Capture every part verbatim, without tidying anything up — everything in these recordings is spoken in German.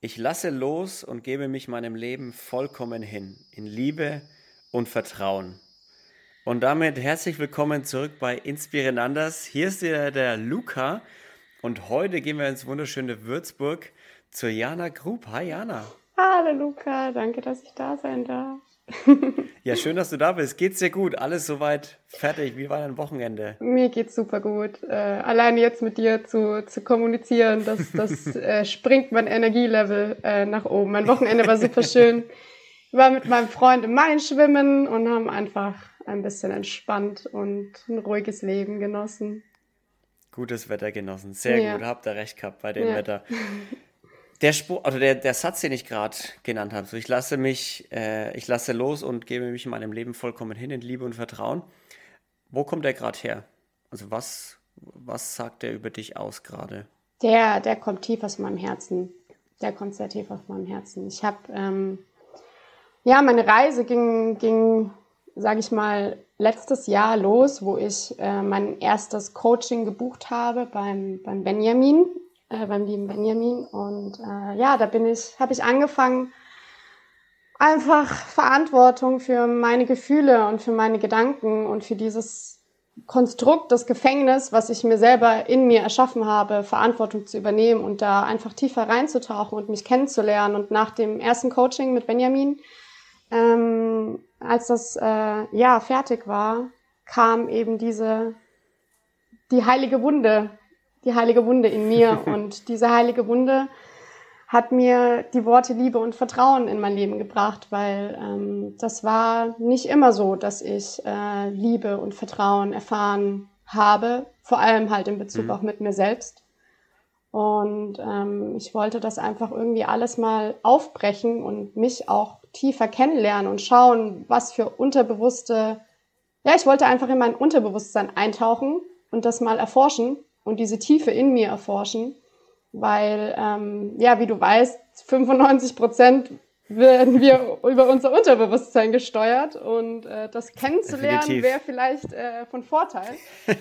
Ich lasse los und gebe mich meinem Leben vollkommen hin, in Liebe und Vertrauen. Und damit herzlich willkommen zurück bei Inspirenanders. Hier ist der, der Luca und heute gehen wir ins wunderschöne Würzburg zur Jana Grub. Hi Jana. Hallo Luca, danke, dass ich da sein darf. Ja, schön, dass du da bist. Geht's dir gut? Alles soweit fertig? Wie war dein Wochenende? Mir geht's super gut. Äh, allein jetzt mit dir zu, zu kommunizieren, das, das äh, springt mein Energielevel äh, nach oben. Mein Wochenende war super schön. Ich war mit meinem Freund im Main schwimmen und haben einfach ein bisschen entspannt und ein ruhiges Leben genossen. Gutes Wetter genossen. Sehr Ja, gut. Habt ihr recht gehabt bei dem ja. Wetter. Der Spruch, also der, der Satz, den ich gerade genannt habe, so ich lasse mich, äh, ich lasse los und gebe mich in meinem Leben vollkommen hin in Liebe und Vertrauen. Wo kommt der gerade her? Also was, was sagt der über dich aus gerade? Der, der kommt tief aus meinem Herzen. Der kommt sehr tief aus meinem Herzen. Ich habe, ähm, ja, meine Reise ging, ging, sage ich mal, letztes Jahr los, wo ich äh, mein erstes Coaching gebucht habe beim, beim Benjamin, äh, beim lieben Benjamin. Und äh, ja, da bin ich, habe ich angefangen, einfach Verantwortung für meine Gefühle und für meine Gedanken und für dieses Konstrukt, das Gefängnis, was ich mir selber in mir erschaffen habe, Verantwortung zu übernehmen und da einfach tiefer reinzutauchen und mich kennenzulernen. Und nach dem ersten Coaching mit Benjamin, ähm, als das äh, ja fertig war, kam eben diese die heilige Wunde, die heilige Wunde in mir. Und diese heilige Wunde hat mir die Worte Liebe und Vertrauen in mein Leben gebracht, weil ähm, das war nicht immer so, dass ich äh, Liebe und Vertrauen erfahren habe, vor allem halt in Bezug Mhm. auch mit mir selbst. Und ähm, ich wollte das einfach irgendwie alles mal aufbrechen und mich auch tiefer kennenlernen und schauen, was für unterbewusste, ja, ich wollte einfach in mein Unterbewusstsein eintauchen und das mal erforschen und diese Tiefe in mir erforschen, weil, ähm, ja, wie du weißt, fünfundneunzig Prozent werden wir über unser Unterbewusstsein gesteuert und äh, das kennenzulernen Definitiv. wäre vielleicht äh, von Vorteil,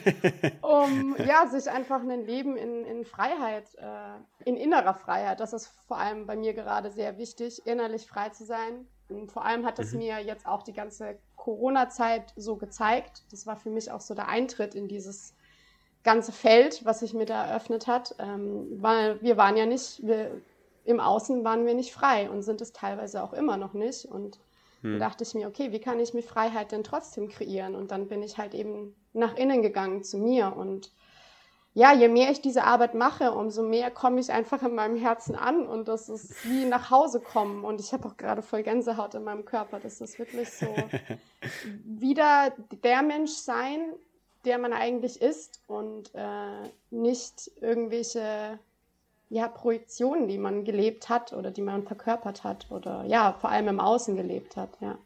um ja sich einfach ein Leben in, in Freiheit, äh, in innerer Freiheit, das ist vor allem bei mir gerade sehr wichtig, innerlich frei zu sein. Und vor allem hat es Mhm. mir jetzt auch die ganze Corona-Zeit so gezeigt. Das war für mich auch so der Eintritt in dieses ganze Feld, was sich mir da eröffnet hat, ähm, weil wir waren ja nicht, wir, im Außen waren wir nicht frei und sind es teilweise auch immer noch nicht. Und dann Mhm. dachte ich mir, okay, wie kann ich mir Freiheit denn trotzdem kreieren? Und dann bin ich halt eben nach innen gegangen zu mir. Und ja, je mehr ich diese Arbeit mache, umso mehr komme ich einfach in meinem Herzen an. Und das ist wie nach Hause kommen. Und ich habe auch gerade voll Gänsehaut in meinem Körper. Das ist wirklich so wieder der Mensch sein, der man eigentlich ist und äh, nicht irgendwelche ja, Projektionen, die man gelebt hat oder die man verkörpert hat oder ja, vor allem im Außen gelebt hat, ja.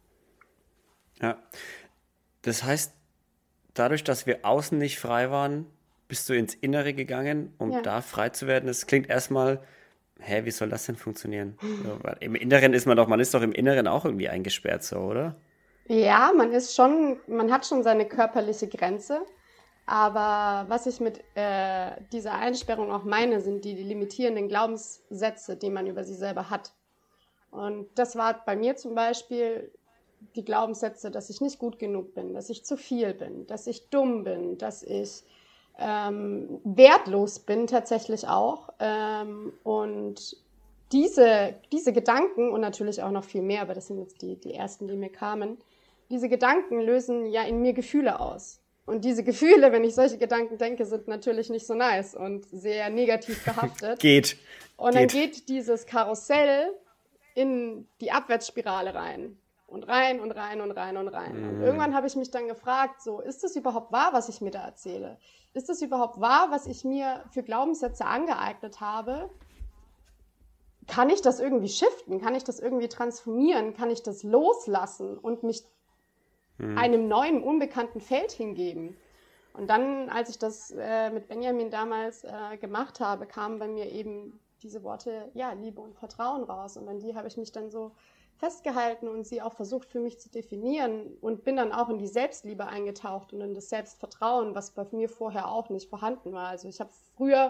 Ja. Das heißt, dadurch, dass wir außen nicht frei waren, bist du ins Innere gegangen, um Ja. da frei zu werden. Das klingt erstmal, hä, wie soll das denn funktionieren? So, weil im Inneren ist man doch, man ist doch im Inneren auch irgendwie eingesperrt, so, oder? Ja, man ist schon, man hat schon seine körperliche Grenze, aber was ich mit äh, dieser Einsperrung auch meine, sind die, die limitierenden Glaubenssätze, die man über sich selber hat. Und das war bei mir zum Beispiel die Glaubenssätze, dass ich nicht gut genug bin, dass ich zu viel bin, dass ich dumm bin, dass ich ähm, wertlos bin tatsächlich auch. Ähm, und diese, diese Gedanken und natürlich auch noch viel mehr, aber das sind jetzt die, die ersten, die mir kamen, diese Gedanken lösen ja in mir Gefühle aus. Und diese Gefühle, wenn ich solche Gedanken denke, sind natürlich nicht so nice und sehr negativ behaftet. Geht, Und dann geht. geht dieses Karussell in die Abwärtsspirale rein. Und rein und rein und rein und rein. Und irgendwann habe ich mich dann gefragt, so, ist das überhaupt wahr, was ich mir da erzähle? Ist das überhaupt wahr, was ich mir für Glaubenssätze angeeignet habe? Kann ich das irgendwie shiften? Kann ich das irgendwie transformieren? Kann ich das loslassen und mich einem neuen, unbekannten Feld hingeben? Und dann, als ich das äh, mit Benjamin damals äh, gemacht habe, kamen bei mir eben diese Worte, ja, Liebe und Vertrauen raus. Und an die habe ich mich dann so festgehalten und sie auch versucht für mich zu definieren und bin dann auch in die Selbstliebe eingetaucht und in das Selbstvertrauen, was bei mir vorher auch nicht vorhanden war. Also ich habe früher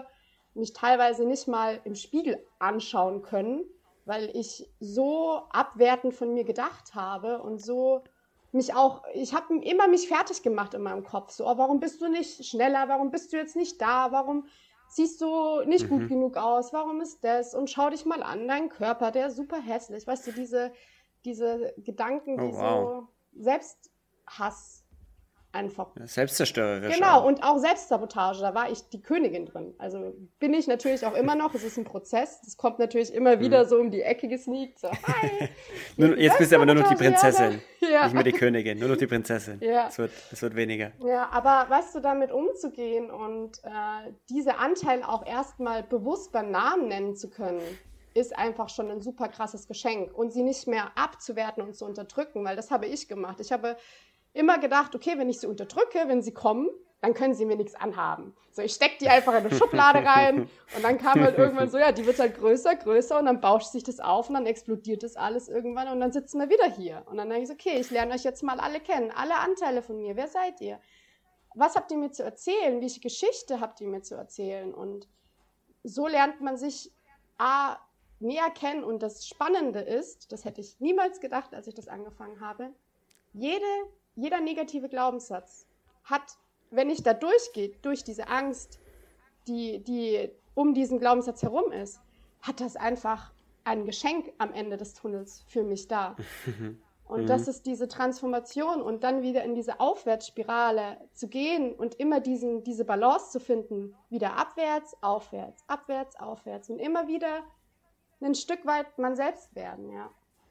mich teilweise nicht mal im Spiegel anschauen können, weil ich so abwertend von mir gedacht habe und so mich auch, ich habe immer mich fertig gemacht in meinem Kopf. So, oh, warum bist du nicht schneller? Warum bist du jetzt nicht da? Warum siehst du nicht gut Mhm. genug aus? Warum ist das? Und schau dich mal an, dein Körper, der ist super hässlich. Weißt du, diese, diese Gedanken, Oh, die wow. so Selbsthass einfach. Ja, selbstzerstörerisch Genau, auch. und auch Selbstsabotage, da war ich die Königin drin. Also bin ich natürlich auch immer noch, es ist ein Prozess, das kommt natürlich immer wieder Mhm. so um die Ecke gesneakt, so, hi, Nur, jetzt bist du aber nur noch die Selbstsabotage, Prinzessin, ja, nicht mehr die Königin, nur noch die Prinzessin. ja. Es wird, es wird weniger. Ja, aber weißt du, damit umzugehen und äh, diese Anteile auch erstmal bewusst beim Namen nennen zu können, ist einfach schon ein super krasses Geschenk. Und sie nicht mehr abzuwerten und zu unterdrücken, weil das habe ich gemacht. Ich habe immer gedacht, okay, wenn ich sie unterdrücke, wenn sie kommen, dann können sie mir nichts anhaben. So, ich stecke die einfach in eine Schublade rein und dann kam halt irgendwann so, ja, die wird halt größer, größer und dann bauscht sich das auf und dann explodiert das alles irgendwann und dann sitzen wir wieder hier. Und dann denke ich so, okay, ich lerne euch jetzt mal alle kennen, alle Anteile von mir, wer seid ihr? Was habt ihr mir zu erzählen? Welche Geschichte habt ihr mir zu erzählen? Und so lernt man sich A, näher kennen und das Spannende ist, das hätte ich niemals gedacht, als ich das angefangen habe, jede Jeder negative Glaubenssatz hat, wenn ich da durchgehe, durch diese Angst, die, die um diesen Glaubenssatz herum ist, hat das einfach ein Geschenk am Ende des Tunnels für mich da. Und das ist diese Transformation und dann wieder in diese Aufwärtsspirale zu gehen und immer diesen, diese Balance zu finden, wieder abwärts, aufwärts, abwärts, aufwärts und immer wieder ein Stück weit man selbst werden, ja.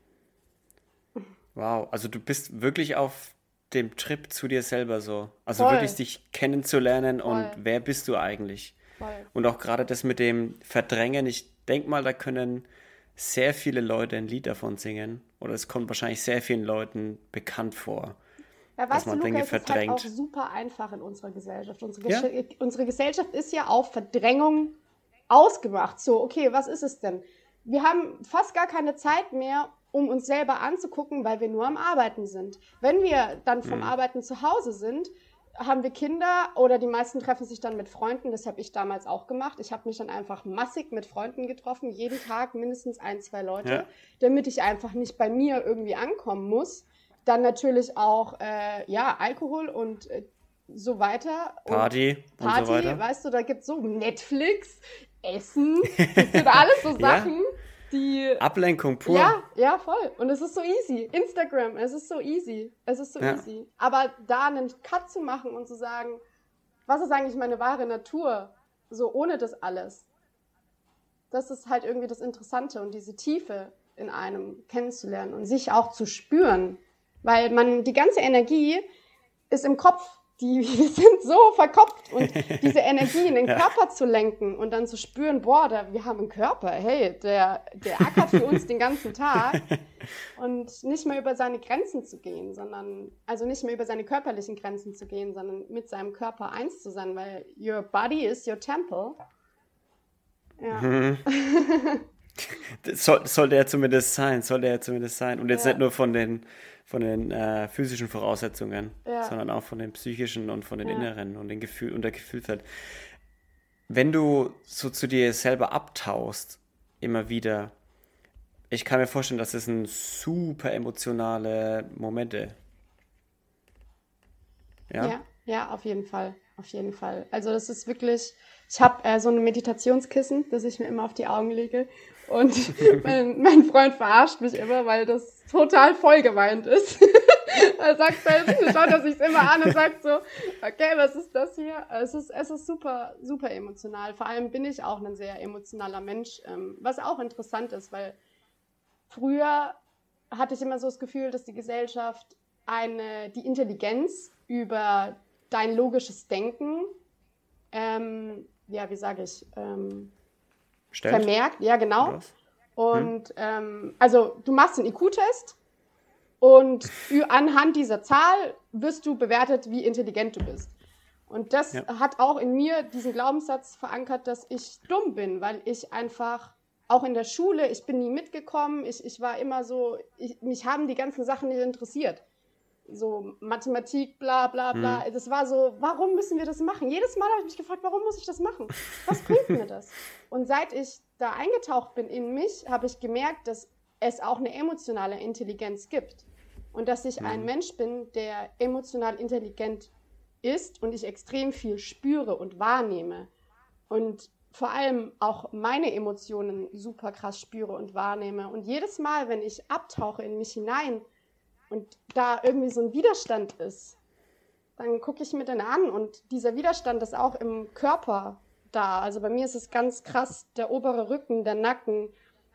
Wow, also du bist wirklich auf dem Trip zu dir selber so. Also Voll. wirklich dich kennenzulernen und Voll. wer bist du eigentlich? Voll. Und auch gerade das mit dem Verdrängen. Ich denke mal, da können sehr viele Leute ein Lied davon singen. Oder es kommt wahrscheinlich sehr vielen Leuten bekannt vor, Ja, dass weißt du, man Luca, Dinge es ist halt auch verdrängt. super einfach in unserer Gesellschaft. Unsere, Ja? Gesch- unsere Gesellschaft ist ja auf Verdrängung ausgemacht. So, okay, was ist es denn? Wir haben fast gar keine Zeit mehr, um uns selber anzugucken, weil wir nur am Arbeiten sind. Wenn wir dann vom Arbeiten zu Hause sind, haben wir Kinder oder die meisten treffen sich dann mit Freunden. Das habe ich damals auch gemacht. Ich habe mich dann einfach massig mit Freunden getroffen, jeden Tag mindestens ein, zwei Leute, Ja. damit ich einfach nicht bei mir irgendwie ankommen muss. Dann natürlich auch äh, ja, Alkohol und äh, so weiter. Und Party und Party, so weiter. weißt du, da gibt es so Netflix, Essen, das sind alles so Ja. Sachen, die... Ablenkung pur. Ja, ja, voll. Und es ist so easy. Instagram, es ist so easy. Es ist so Ja. easy. Aber da einen Cut zu machen und zu sagen, was ist eigentlich meine wahre Natur? So ohne das alles. Das ist halt irgendwie das Interessante und diese Tiefe in einem kennenzulernen und sich auch zu spüren. Weil man, die ganze Energie ist im Kopf. Die, wir sind so verkopft und diese Energie in den Ja. Körper zu lenken und dann zu spüren, boah, da, wir haben einen Körper, hey, der, der ackert für uns den ganzen Tag und nicht mehr über seine Grenzen zu gehen, sondern, also nicht mehr über seine körperlichen Grenzen zu gehen, sondern mit seinem Körper eins zu sein, weil your body is your temple. Ja. Das soll, sollte er zumindest sein, sollte er zumindest sein. Und jetzt Ja. nicht nur von den, von den äh, physischen Voraussetzungen, Ja. sondern auch von den psychischen und von den Ja. inneren und den Gefühl und der Gefühlswelt. Wenn du so zu dir selber abtauchst, immer wieder, ich kann mir vorstellen, dass es ein super emotionale Momente. Ja? Ja, ja, auf jeden Fall, auf jeden Fall. Also das ist wirklich, ich habe äh, so ein Meditationskissen, das ich mir immer auf die Augen lege und mein, mein Freund verarscht mich immer, weil das total voll gemeint ist. Er sagt halt, schaut er sich's immer an und sagt so, okay, was ist das hier? Es ist, es ist super, super emotional. Vor allem bin ich auch ein sehr emotionaler Mensch, ähm, was auch interessant ist, weil früher hatte ich immer so das Gefühl, dass die Gesellschaft eine, die Intelligenz über dein logisches Denken, ähm, ja, wie sage ich, ähm, Stellt? vermerkt, ja, genau. Oder was? Und ähm, also du machst einen I Q-Test und ü- anhand dieser Zahl wirst du bewertet, wie intelligent du bist. Und das Ja. hat auch in mir diesen Glaubenssatz verankert, dass ich dumm bin, weil ich einfach, auch in der Schule, ich bin nie mitgekommen, ich, ich war immer so, ich, mich haben die ganzen Sachen nicht interessiert. so Mathematik, bla bla bla. Mhm. Das war so, warum müssen wir das machen? Jedes Mal habe ich mich gefragt, warum muss ich das machen? Was bringt mir das? Und seit ich da eingetaucht bin in mich, habe ich gemerkt, dass es auch eine emotionale Intelligenz gibt. Und dass ich mhm. ein Mensch bin, der emotional intelligent ist und ich extrem viel spüre und wahrnehme. Und vor allem auch meine Emotionen super krass spüre und wahrnehme. Und jedes Mal, wenn ich abtauche in mich hinein und da irgendwie so ein Widerstand ist, dann gucke ich mir den an und dieser Widerstand ist auch im Körper da. Also bei mir ist es ganz krass, der obere Rücken, der Nacken,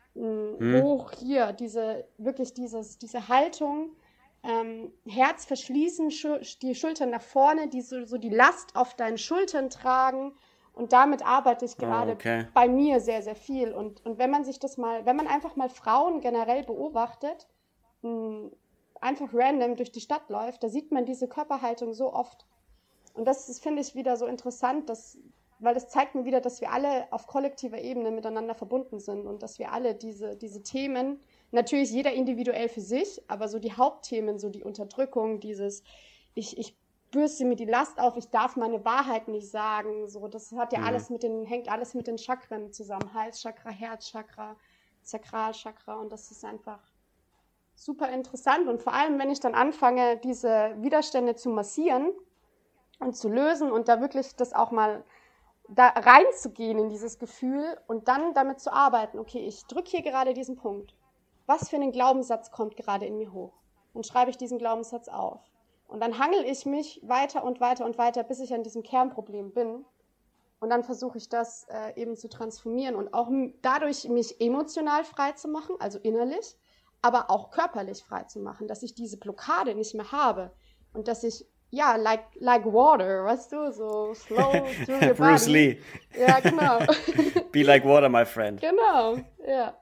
hm. hoch hier, diese, wirklich dieses, diese Haltung, ähm, Herz verschließen, Schu- die Schultern nach vorne, die so, so die Last auf deinen Schultern tragen. Und damit arbeite ich gerade oh, okay. bei mir sehr, sehr viel. Und, und wenn man sich das mal, wenn man einfach mal Frauen generell beobachtet, mh, einfach random durch die Stadt läuft, da sieht man diese Körperhaltung so oft. Und das ist, finde ich, wieder so interessant, dass, weil das zeigt mir wieder, dass wir alle auf kollektiver Ebene miteinander verbunden sind und dass wir alle diese, diese Themen, natürlich jeder individuell für sich, aber so die Hauptthemen, so die Unterdrückung, dieses, ich, ich bürste mir die Last auf, ich darf meine Wahrheit nicht sagen, so, das hat ja mhm. alles mit den, hängt alles mit den Chakren zusammen, Halschakra, Herzchakra, Sakralchakra, und das ist einfach super interessant. Und vor allem, wenn ich dann anfange, diese Widerstände zu massieren und zu lösen und da wirklich das auch mal da reinzugehen in dieses Gefühl und dann damit zu arbeiten, okay, ich drücke hier gerade diesen Punkt. Was für einen Glaubenssatz kommt gerade in mir hoch? Dann schreibe ich diesen Glaubenssatz auf. Und dann hangel ich mich weiter und weiter und weiter, bis ich an diesem Kernproblem bin. Und dann versuche ich das äh, eben zu transformieren und auch m- dadurch mich emotional frei zu machen, also innerlich, aber auch körperlich frei zu machen, dass ich diese Blockade nicht mehr habe und dass ich, ja, like, like water, weißt du, so slow through your body. Bruce Lee. Ja, genau. Be like water, my friend. Genau, ja.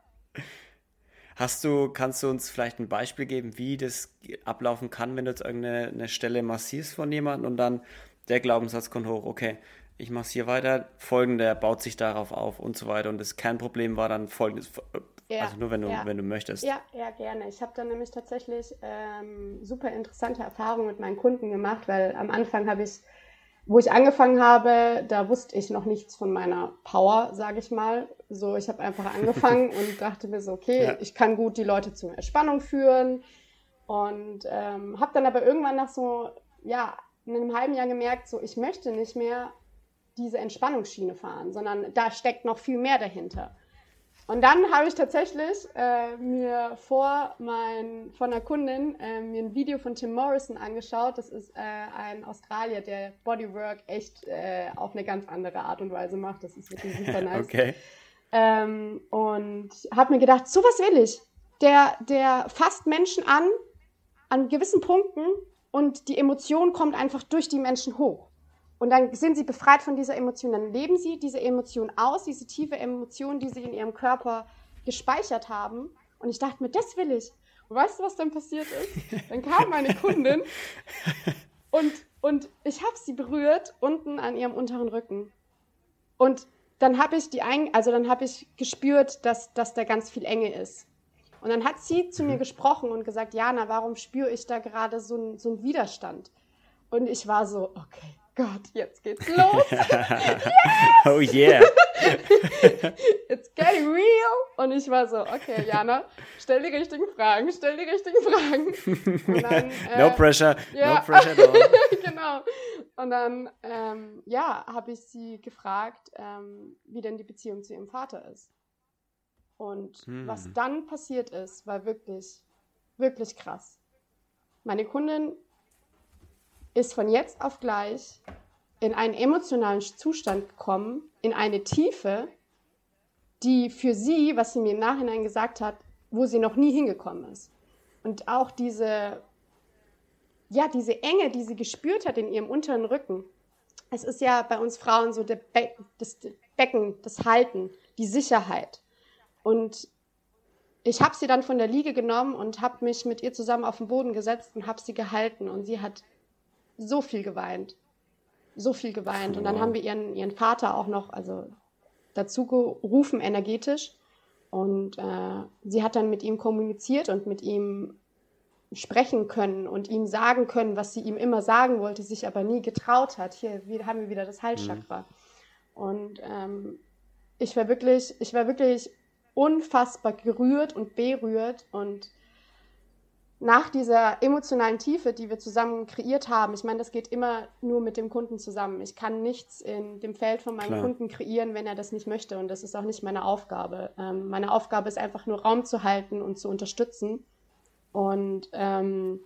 Hast du, kannst du uns vielleicht ein Beispiel geben, wie das ablaufen kann, wenn du jetzt irgendeine eine Stelle massierst von jemandem und dann der Glaubenssatz kommt hoch, okay, ich massiere weiter, folgender baut sich darauf auf und so weiter und das Kernproblem war dann folgendes, ja, also nur wenn du, ja. wenn du möchtest. Ja, ja, gerne. Ich habe dann nämlich tatsächlich ähm, super interessante Erfahrungen mit meinen Kunden gemacht, weil am Anfang habe ich, wo ich angefangen habe, da wusste ich noch nichts von meiner Power, sage ich mal. So, ich habe einfach angefangen und dachte mir so, okay, ja. ich kann gut die Leute zur Entspannung führen und ähm, habe dann aber irgendwann nach so, ja, in einem halben Jahr gemerkt, so, ich möchte nicht mehr diese Entspannungsschiene fahren, sondern da steckt noch viel mehr dahinter. Und dann habe ich tatsächlich äh, mir vor mein, von einer Kundin äh, mir ein Video von Tim Morrison angeschaut. Das ist äh, ein Australier, der Bodywork echt äh, auf eine ganz andere Art und Weise macht. Das ist wirklich super nice. Okay. Ähm, und habe mir gedacht, sowas will ich. Der, der fasst Menschen an, an gewissen Punkten und die Emotion kommt einfach durch die Menschen hoch. Und dann sind sie befreit von dieser Emotion, dann leben sie diese Emotion aus, diese tiefe Emotion, die sie in ihrem Körper gespeichert haben. Und ich dachte mir, das will ich. Und weißt du, was dann passiert ist? Dann kam meine Kundin und, und ich habe sie berührt unten an ihrem unteren Rücken. Und dann habe ich die ein, also dann habe ich gespürt, dass, dass da ganz viel Enge ist. Und dann hat sie zu mir gesprochen und gesagt, Jana, warum spüre ich da gerade so einen so einen Widerstand? Und ich war so, okay. Gott, jetzt geht's los. Yes! Oh yeah. It's getting real. Und ich war so, okay, Jana, stell die richtigen Fragen, stell die richtigen Fragen. Und dann, äh, no pressure, ja. no pressure at all. Genau. Und dann, ähm, ja, habe ich sie gefragt, ähm, wie denn die Beziehung zu ihrem Vater ist. Und hm. was dann passiert ist, war wirklich, wirklich krass. Meine Kundin ist von jetzt auf gleich in einen emotionalen Zustand gekommen, in eine Tiefe, die für sie, was sie mir im Nachhinein gesagt hat, wo sie noch nie hingekommen ist. Und auch diese, ja, diese Enge, die sie gespürt hat in ihrem unteren Rücken. Es ist ja bei uns Frauen so der Be- das Becken, das Halten, die Sicherheit. Und ich habe sie dann von der Liege genommen und habe mich mit ihr zusammen auf den Boden gesetzt und habe sie gehalten. Und sie hat so viel geweint, so viel geweint. Und dann haben wir ihren, ihren Vater auch noch also dazu gerufen, energetisch. Und äh, sie hat dann mit ihm kommuniziert und mit ihm sprechen können und ihm sagen können, was sie ihm immer sagen wollte, sich aber nie getraut hat. Hier haben wir wieder das Halschakra. Mhm. Und ähm, ich war wirklich, ich war wirklich unfassbar gerührt und berührt und nach dieser emotionalen Tiefe, die wir zusammen kreiert haben, ich meine, das geht immer nur mit dem Kunden zusammen. Ich kann nichts in dem Feld von meinem Klar. Kunden kreieren, wenn er das nicht möchte und das ist auch nicht meine Aufgabe. Ähm, meine Aufgabe ist einfach nur Raum zu halten und zu unterstützen. Und ähm,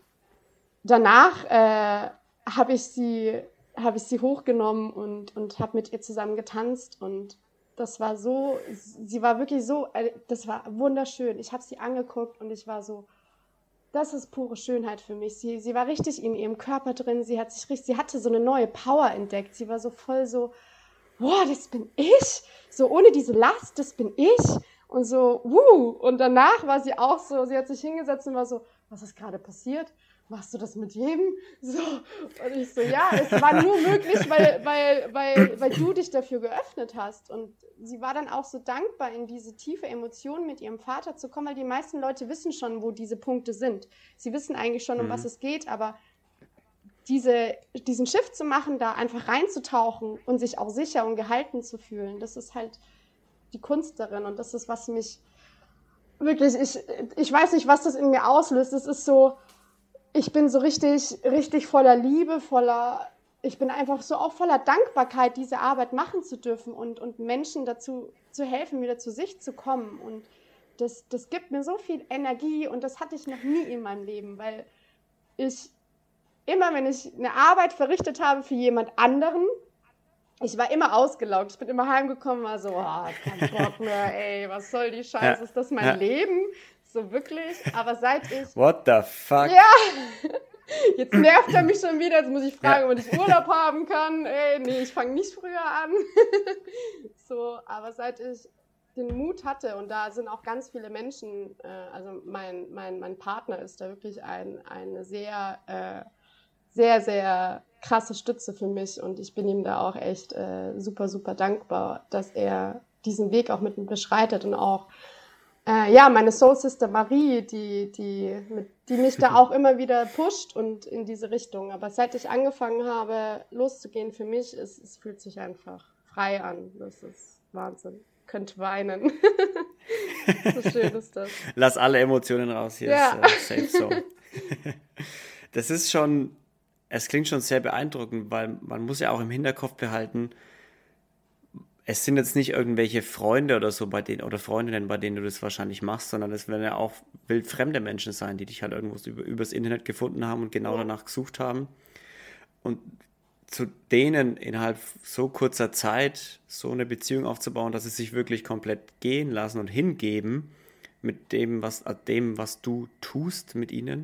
danach äh, habe ich sie, habe ich sie hochgenommen und, und habe mit ihr zusammen getanzt und das war so, sie war wirklich so, das war wunderschön. Ich habe sie angeguckt und ich war so, das ist pure Schönheit für mich. Sie, sie war richtig in ihrem Körper drin, sie hat sich richtig, sie hatte so eine neue Power entdeckt. Sie war so voll so, boah, das bin ich, so ohne diese Last, das bin ich. Und so, wuh, und danach war sie auch so, sie hat sich hingesetzt und war so, was ist gerade passiert? Machst du das mit jedem? So, und ich so, ja, es war nur möglich, weil, weil, weil, weil du dich dafür geöffnet hast. Und sie war dann auch so dankbar, in diese tiefe Emotion mit ihrem Vater zu kommen, weil die meisten Leute wissen schon, wo diese Punkte sind. Sie wissen eigentlich schon, um mhm. was es geht, aber diese, diesen Shift zu machen, da einfach reinzutauchen und sich auch sicher und gehalten zu fühlen, das ist halt die Kunst darin und das ist, was mich wirklich, ich, ich weiß nicht, was das in mir auslöst. Es ist so, ich bin so richtig, richtig voller Liebe, voller, ich bin einfach so auch voller Dankbarkeit, diese Arbeit machen zu dürfen und, und Menschen dazu zu helfen, wieder zu sich zu kommen. Und das, das gibt mir so viel Energie und das hatte ich noch nie in meinem Leben, weil ich immer, wenn ich eine Arbeit verrichtet habe für jemand anderen, ich war immer ausgelaugt. Ich bin immer heimgekommen, war so, oh, kein Bock mehr, ey, was soll die Scheiße, ja. Ist das mein ja. Leben? So wirklich, aber seit ich... What the fuck? Ja, jetzt nervt er mich schon wieder, jetzt muss ich fragen, ja. ob ich Urlaub haben kann. Ey, nee, ich fange nicht früher an. So, aber seit ich den Mut hatte, und da sind auch ganz viele Menschen, äh, also mein, mein, mein Partner ist da wirklich ein, eine sehr, äh, sehr, sehr krasse Stütze für mich und ich bin ihm da auch echt äh, super, super dankbar, dass er diesen Weg auch mit mir beschreitet und auch Äh, ja, meine Soul Sister Marie, die, die, mit, die mich da auch immer wieder pusht und in diese Richtung. Aber seit ich angefangen habe, loszugehen für mich, es, es fühlt sich einfach frei an. Das ist Wahnsinn. Könnt weinen. So schön ist das. Lass alle Emotionen raus, hier ja. ist äh, Safe Zone. Das ist schon, es klingt schon sehr beeindruckend, weil man muss ja auch im Hinterkopf behalten, es sind jetzt nicht irgendwelche Freunde oder so bei denen oder Freundinnen, bei denen du das wahrscheinlich machst, sondern es werden ja auch wildfremde Menschen sein, die dich halt irgendwo über, übers Internet gefunden haben und genau danach gesucht haben. Und zu denen innerhalb so kurzer Zeit so eine Beziehung aufzubauen, dass sie sich wirklich komplett gehen lassen und hingeben mit dem, was, dem, was du tust mit ihnen,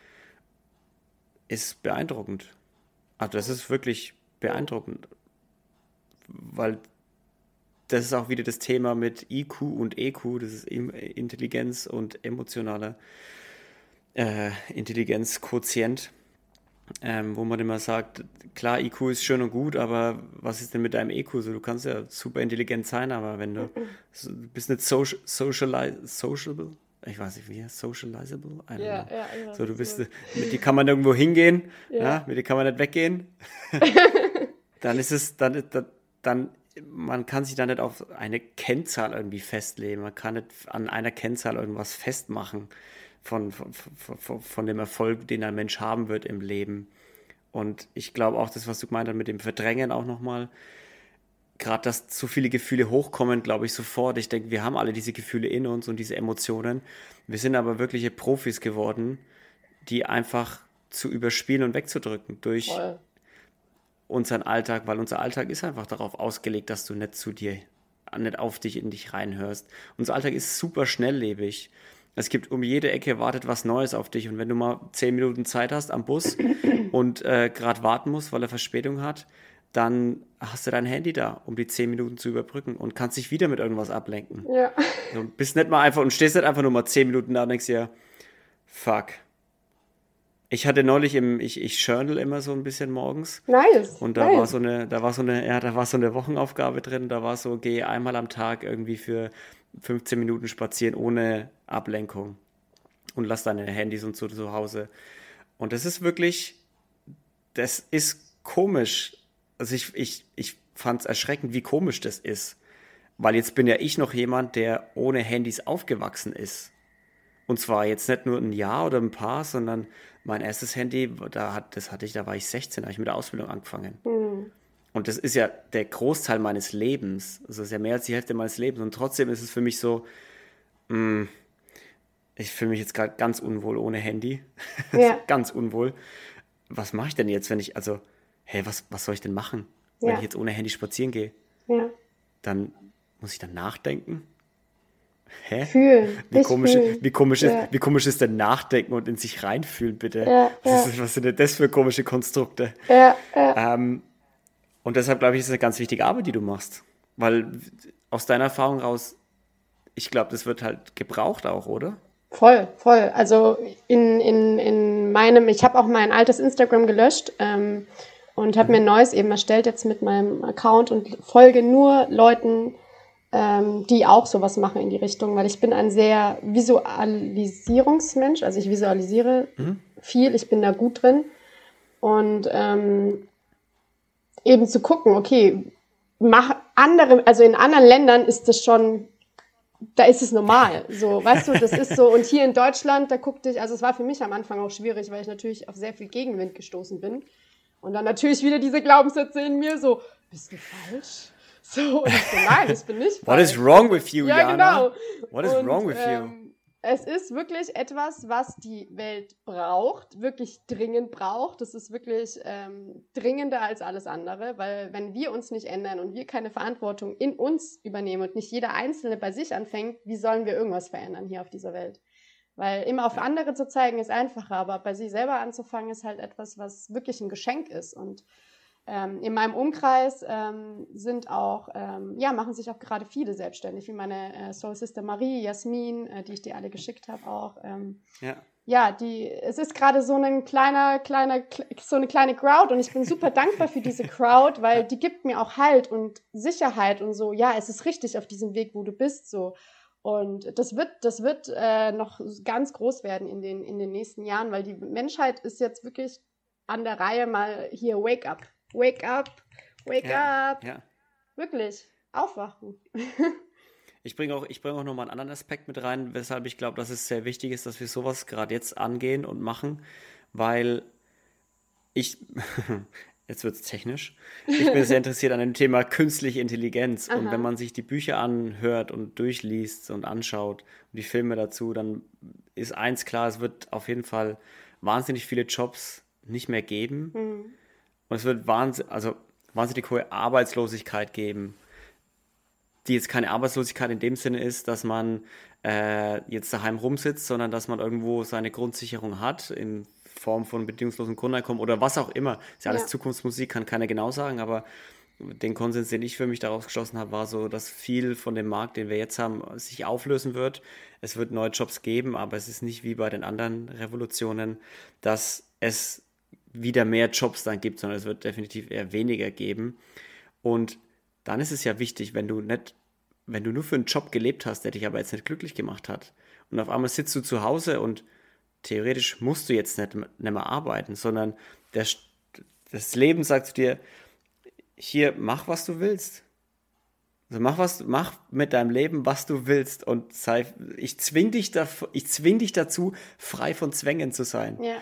ist beeindruckend. Also das ist wirklich beeindruckend, weil das ist auch wieder das Thema mit I Q und E Q, das ist Intelligenz und emotionaler äh, Intelligenzquotient, ähm, wo man immer sagt, klar, I Q ist schön und gut, aber was ist denn mit deinem E Q? So, du kannst ja super intelligent sein, aber wenn du, so, du bist nicht so, sociali- sociable, ich weiß nicht, wie heißt socializable? I don't ja, know. ja, ja, so, du bist, mit dir kann man irgendwo hingehen, ja. Ja, mit dir kann man nicht weggehen. Dann ist es, dann, dann, dann man kann sich da nicht auf eine Kennzahl irgendwie festlegen. Man kann nicht an einer Kennzahl irgendwas festmachen von, von, von, von dem Erfolg, den ein Mensch haben wird im Leben. Und ich glaube auch, das, was du gemeint hast mit dem Verdrängen auch nochmal, gerade, dass so viele Gefühle hochkommen, glaube ich sofort. Ich denke, wir haben alle diese Gefühle in uns und diese Emotionen. Wir sind aber wirkliche Profis geworden, die einfach zu überspielen und wegzudrücken durch Voll. unseren Alltag, weil unser Alltag ist einfach darauf ausgelegt, dass du nicht zu dir, nicht auf dich, in dich reinhörst. Unser Alltag ist super schnelllebig. Es gibt um jede Ecke wartet was Neues auf dich und wenn du mal zehn Minuten Zeit hast am Bus und äh, gerade warten musst, weil er Verspätung hat, dann hast du dein Handy da, um die zehn Minuten zu überbrücken und kannst dich wieder mit irgendwas ablenken. Ja. Du bist nicht mal einfach und stehst nicht einfach nur mal zehn Minuten da und denkst dir, fuck. Ich hatte neulich im, ich, ich journal immer so ein bisschen morgens. Nice. Und da nice. war so eine, da war so eine, ja, da war so eine Wochenaufgabe drin, da war so, geh einmal am Tag irgendwie für fünfzehn Minuten spazieren ohne Ablenkung. und lass deine Handys und so zu Hause. Und das ist wirklich, das ist komisch. Also ich, ich, ich fand es erschreckend, wie komisch das ist. Weil jetzt bin ja ich noch jemand, der ohne Handys aufgewachsen ist. Und zwar jetzt nicht nur ein Jahr oder ein paar, sondern mein erstes Handy, da hat, das hatte ich, da war ich sechzehn, da habe ich mit der Ausbildung angefangen. Mhm. Und das ist ja der Großteil meines Lebens. Also das ist ja mehr als die Hälfte meines Lebens. Und trotzdem ist es für mich so, mh, ich fühle mich jetzt gerade ganz unwohl ohne Handy. Ja, Ganz unwohl. Was mache ich denn jetzt, wenn ich, also, hey, was, was soll ich denn machen, wenn ich ja, jetzt ohne Handy spazieren gehe? ja. Dann muss ich dann nachdenken? Hä? Fühlen, Wie dich komisch, fühlen. wie komisch ist, Ja, wie komisch ist denn Nachdenken und in sich reinfühlen, bitte? ja, Was ja, ist, was sind denn das für komische Konstrukte? ja, ja. Ähm, und deshalb glaube ich, ist es eine ganz wichtige Arbeit, die du machst. Weil aus deiner Erfahrung raus, ich glaube, das wird halt gebraucht auch, oder? Voll, voll. Also in, in, in meinem, ich habe auch mein altes Instagram gelöscht ähm, und habe mir Mhm. ein neues eben erstellt jetzt mit meinem Account und folge nur Leuten, ähm, die auch sowas machen in die Richtung, weil ich bin ein sehr Visualisierungsmensch, also ich visualisiere Mhm. viel, ich bin da gut drin und ähm, eben zu gucken, okay, mach andere, also in anderen Ländern ist das schon, da ist es normal, so, weißt du, das ist so, und hier in Deutschland, da guckte ich, also es war für mich am Anfang auch schwierig, weil ich natürlich auf sehr viel Gegenwind gestoßen bin und dann natürlich wieder diese Glaubenssätze in mir, so, bist du falsch? So, und ich so, nein, ich bin nicht What is falsch. wrong with you, Ja, Jana? genau. What is Und wrong with you? ähm, es ist wirklich etwas, was die Welt braucht, wirklich dringend braucht. Das ist wirklich ähm, dringender als alles andere, weil wenn wir uns nicht ändern und wir keine Verantwortung in uns übernehmen und nicht jeder Einzelne bei sich anfängt, wie sollen wir irgendwas verändern hier auf dieser Welt? Weil immer auf Ja, andere zu zeigen ist einfacher, aber bei sich selber anzufangen ist halt etwas, was wirklich ein Geschenk ist. Und ähm, in meinem Umkreis ähm, sind auch, ähm, ja, machen sich auch gerade viele selbstständig, wie meine äh, Soul Sister Marie, Jasmin, äh, die ich dir alle geschickt habe auch. Ähm, ja, ja, die, es ist gerade so ein kleiner, kleiner, so eine kleine Crowd und ich bin super dankbar für diese Crowd, weil ja, die gibt mir auch Halt und Sicherheit und so, ja, es ist richtig auf diesem Weg, wo du bist, so. Und das wird, das wird äh, noch ganz groß werden in den, in den nächsten Jahren, weil die Menschheit ist jetzt wirklich an der Reihe mal hier, wake up, wake up, wake ja, up, ja. wirklich, aufwachen. Ich bringe auch, ich bringe auch nochmal einen anderen Aspekt mit rein, weshalb ich glaube, dass es sehr wichtig ist, dass wir sowas gerade jetzt angehen und machen, weil ich, jetzt wird es technisch, ich bin sehr interessiert an dem Thema künstliche Intelligenz. Und wenn Aha, man sich die Bücher anhört und durchliest und anschaut und die Filme dazu, dann ist eins klar, es wird auf jeden Fall wahnsinnig viele Jobs nicht mehr geben. hm. Und es wird wahnsinnig, also wahnsinnig hohe Arbeitslosigkeit geben, die jetzt keine Arbeitslosigkeit in dem Sinne ist, dass man äh, jetzt daheim rumsitzt, sondern dass man irgendwo seine Grundsicherung hat in Form von bedingungslosem Grundeinkommen oder was auch immer. Ist ja alles Ja, Zukunftsmusik, kann keiner genau sagen, aber den Konsens, den ich für mich daraus geschlossen habe, war so, dass viel von dem Markt, den wir jetzt haben, sich auflösen wird. Es wird neue Jobs geben, aber es ist nicht wie bei den anderen Revolutionen, dass es wieder mehr Jobs dann gibt, sondern es wird definitiv eher weniger geben. Und dann ist es ja wichtig, wenn du nicht, wenn du nur für einen Job gelebt hast, der dich aber jetzt nicht glücklich gemacht hat, und auf einmal sitzt du zu Hause und theoretisch musst du jetzt nicht, nicht mehr arbeiten, sondern der, das Leben sagt zu dir, hier, mach, was du willst. Also mach was, mach mit deinem Leben, was du willst und sei, ich zwing dich da, ich zwing dich dazu, frei von Zwängen zu sein. ja,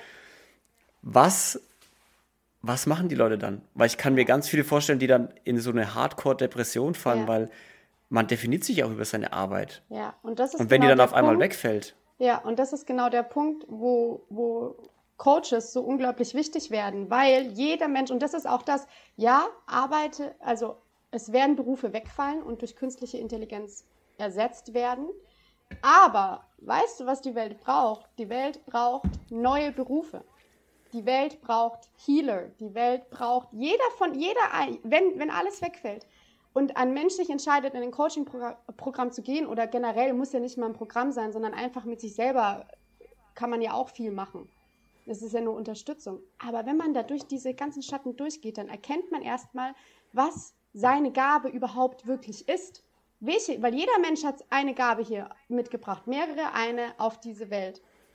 Was Was machen die Leute dann? Weil ich kann mir ganz viele vorstellen, die dann in so eine Hardcore-Depression fallen, ja, weil man definiert sich auch über seine Arbeit. ja. Und das ist Und wenn die genau dann der auf einmal Punkt. wegfällt, Ja, und das ist genau der Punkt, wo, wo Coaches so unglaublich wichtig werden, weil jeder Mensch, und das ist auch das, ja, arbeite, also es werden Berufe wegfallen und durch künstliche Intelligenz ersetzt werden, aber weißt du, was die Welt braucht? Die Welt braucht neue Berufe. Die Welt braucht Healer. Die Welt braucht jeder von jeder, wenn, wenn alles wegfällt und ein Mensch sich entscheidet, in ein Coaching-Programm zu gehen oder generell muss ja nicht mal ein Programm sein, sondern einfach mit sich selber kann man ja auch viel machen. Das ist ja nur Unterstützung. Aber wenn man da durch diese ganzen Schatten durchgeht, dann erkennt man erstmal, was seine Gabe überhaupt wirklich ist. Welche, weil jeder Mensch hat eine Gabe hier mitgebracht, mehrere, eine auf diese Welt.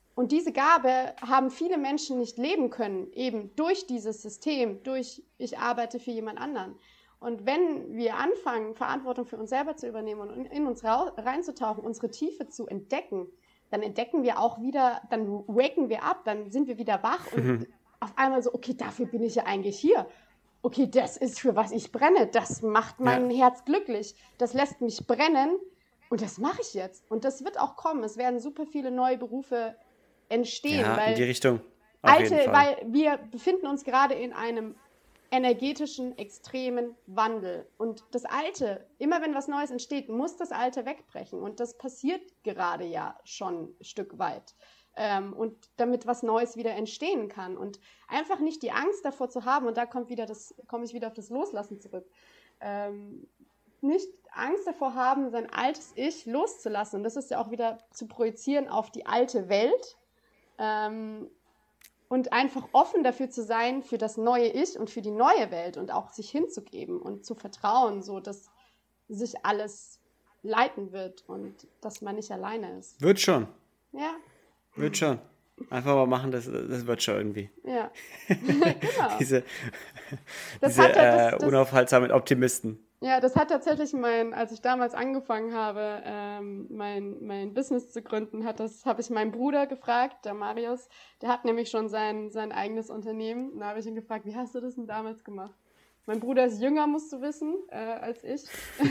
Und diese Gabe haben viele Menschen nicht leben können, eben durch dieses System, durch ich arbeite für jemand anderen. Und wenn wir anfangen, Verantwortung für uns selber zu übernehmen und in uns reinzutauchen, unsere Tiefe zu entdecken, dann entdecken wir auch wieder, dann waken wir ab, dann sind wir wieder wach und mhm. auf einmal so, okay, dafür bin ich ja eigentlich hier. Okay, das ist, für was ich brenne, das macht mein ja. Herz glücklich, das lässt mich brennen und das mache ich jetzt. Und das wird auch kommen, es werden super viele neue Berufe entstehen. Ja, weil in die Richtung. Auf alte, jeden Fall. Weil wir befinden uns gerade in einem energetischen, extremen Wandel. Und das Alte, immer wenn was Neues entsteht, muss das Alte wegbrechen. Und das passiert gerade ja schon ein Stück weit. Ähm, und damit was Neues wieder entstehen kann. Und einfach nicht die Angst davor zu haben, und da kommt wieder das, komme ich wieder auf das Loslassen zurück, ähm, nicht Angst davor haben, sein altes Ich loszulassen. Und das ist ja auch wieder zu projizieren auf die alte Welt. Ähm, Und einfach offen dafür zu sein, für das neue Ich und für die neue Welt und auch sich hinzugeben und zu vertrauen, so dass sich alles leiten wird und dass man nicht alleine ist. Wird schon. Ja. Wird schon. Einfach mal machen, das, das wird schon irgendwie. Ja, genau. diese das diese hat ja, das, äh, das, unaufhaltsamen Optimisten. Ja, das hat tatsächlich mein, als ich damals angefangen habe, ähm, mein, mein Business zu gründen, hat das, habe ich meinen Bruder gefragt, der Marius, der hat nämlich schon sein, sein eigenes Unternehmen. Und da habe ich ihn gefragt, wie hast du das denn damals gemacht? Mein Bruder ist jünger, musst du wissen, äh, als ich.